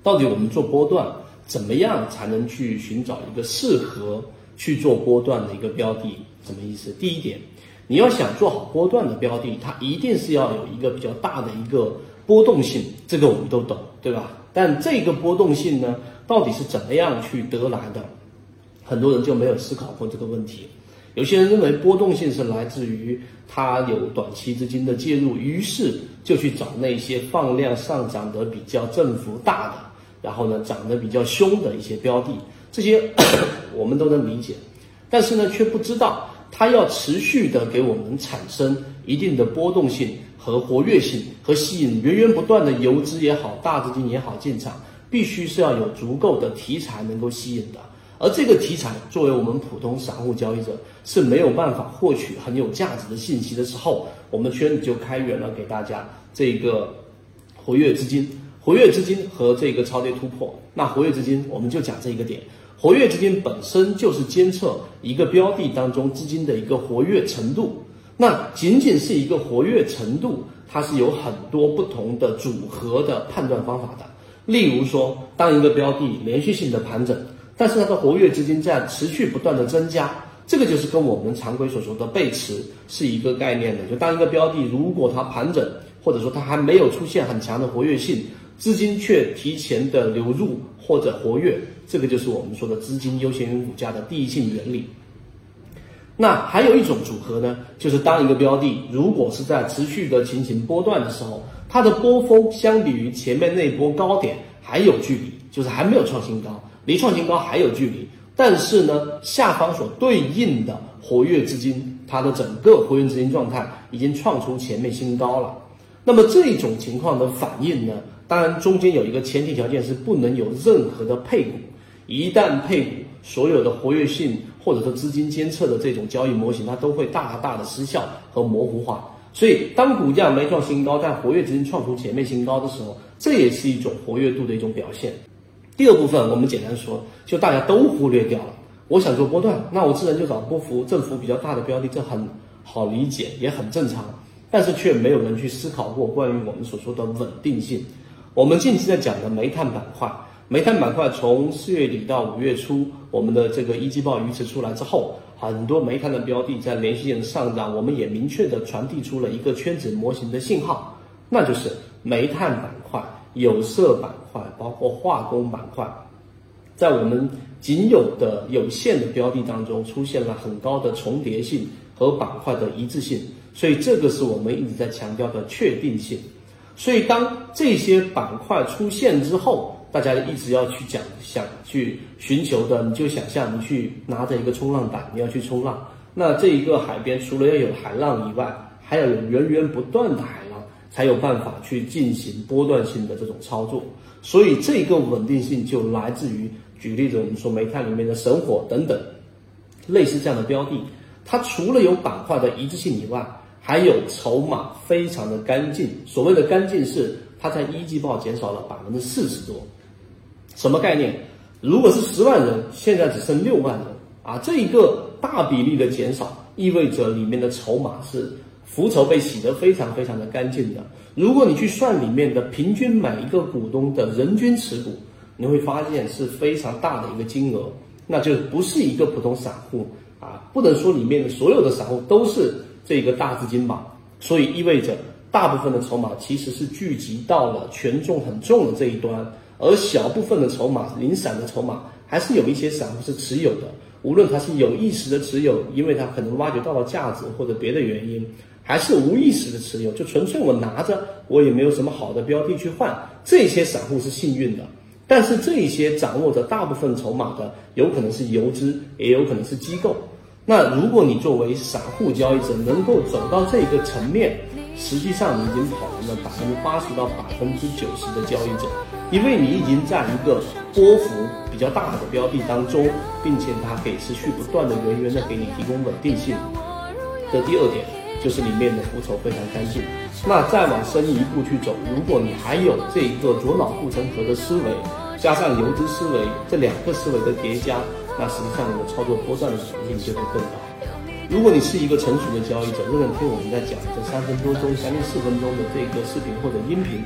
到底我们做波段怎么样才能去寻找一个适合去做波段的一个标的？什么意思？第一点，你要想做好波段的标的，它一定是要有一个比较大的一个波动性，这个我们都懂，对吧？但这个波动性呢，到底是怎么样去得来的？很多人就没有思考过这个问题。有些人认为波动性是来自于它有短期资金的介入，于是就去找那些放量上涨的比较振幅大的，然后呢涨得比较凶的一些标的，这些我们都能理解，但是呢却不知道它要持续的给我们产生一定的波动性和活跃性，和吸引源源不断的游资也好，大资金也好进场，必须是要有足够的题材能够吸引的。而这个题材作为我们普通散户交易者是没有办法获取很有价值的信息的时候，我们圈子就开源了给大家这个活跃资金和这个超跌突破。那活跃资金我们就讲这一个点，活跃资金本身就是监测一个标的当中资金的一个活跃程度，那仅仅是一个活跃程度，它是有很多不同的组合的判断方法的。例如说，当一个标的连续性的盘整，但是它的活跃资金在持续不断的增加，这个就是跟我们常规所说的背驰是一个概念的。就当一个标的如果它盘整，或者说它还没有出现很强的活跃性，资金却提前的流入或者活跃，这个就是我们说的资金优先于股价的第一性原理。那还有一种组合呢，就是当一个标的如果是在持续的进行波段的时候，它的波峰相比于前面那波高点还有距离，就是还没有创新高，离创新高还有距离，但是呢，下方所对应的活跃资金，它的整个活跃资金状态已经创出前面新高了。那么这种情况的反应呢，当然中间有一个前提条件是不能有任何的配股，一旦配股，所有的活跃性或者说资金监测的这种交易模型，它都会大大的失效和模糊化。所以当股价没创新高，但活跃资金创出前面新高的时候，这也是一种活跃度的一种表现。第二部分我们简单说，就大家都忽略掉了。我想做波段，那我自然就找振幅比较大的标的，这很好理解，也很正常。但是却没有人去思考过关于我们所说的稳定性。我们近期在讲的煤炭板块，从4月底到5月初，我们的这个一季报预测出来之后，很多煤炭的标的在连续性的上涨，我们也明确的传递出了一个圈子模型的信号，那就是煤炭板块、有色板块，包括化工板块，在我们仅有的有限的标的当中出现了很高的重叠性和板块的一致性，所以这个是我们一直在强调的确定性。所以当这些板块出现之后，大家一直要去想去寻求的，你就想象你去拿着一个冲浪板，你要去冲浪，那这一个海边除了要有海浪以外，还要有源源不断的海浪，才有办法去进行波段性的这种操作。所以这个稳定性就来自于，举例子我们说煤炭里面的神火等等类似这样的标的，它除了有板块的一致性以外，还有筹码非常的干净。所谓的干净是它在一季报减少了40%多。什么概念？如果是10万人，现在只剩6万人啊，这一个大比例的减少，意味着里面的筹码是浮筹被洗得非常非常的干净的。如果你去算里面的平均每一个股东的人均持股，你会发现是非常大的一个金额，那就不是一个普通散户啊，不能说里面的所有的散户都是这个大资金吧，所以意味着大部分的筹码其实是聚集到了权重很重的这一端，而小部分的筹码，零散的筹码，还是有一些散户是持有的，无论他是有意识的持有，因为他可能挖掘到了价值或者别的原因，还是无意识的持有，就纯粹我拿着，我也没有什么好的标的去换，这些散户是幸运的。但是这些掌握着大部分筹码的，有可能是游资，也有可能是机构。那如果你作为散户交易者能够走到这个层面，实际上你已经跑赢了80%到90%的交易者，因为你已经在一个波幅比较大的标的当中，并且它可以持续不断的源源的给你提供稳定性。这第二点就是里面的浮筹非常干净。那再往深一步去走，如果你还有这个左脑护城河的思维，加上游资思维，这2个思维的叠加，那实际上你的操作波段的可能性就会更高。如果你是一个成熟的交易者，认真听我们在讲这3分多钟、将近4分钟的这个视频或者音频，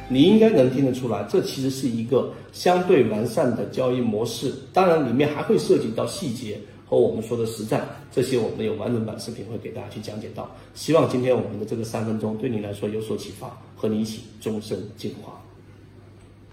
你应该能听得出来，这其实是一个相对完善的交易模式。当然，里面还会涉及到细节和我们说的实战，这些我们有完整版视频会给大家去讲解到。希望今天我们的这个3分钟对你来说有所启发，和你一起终身进化。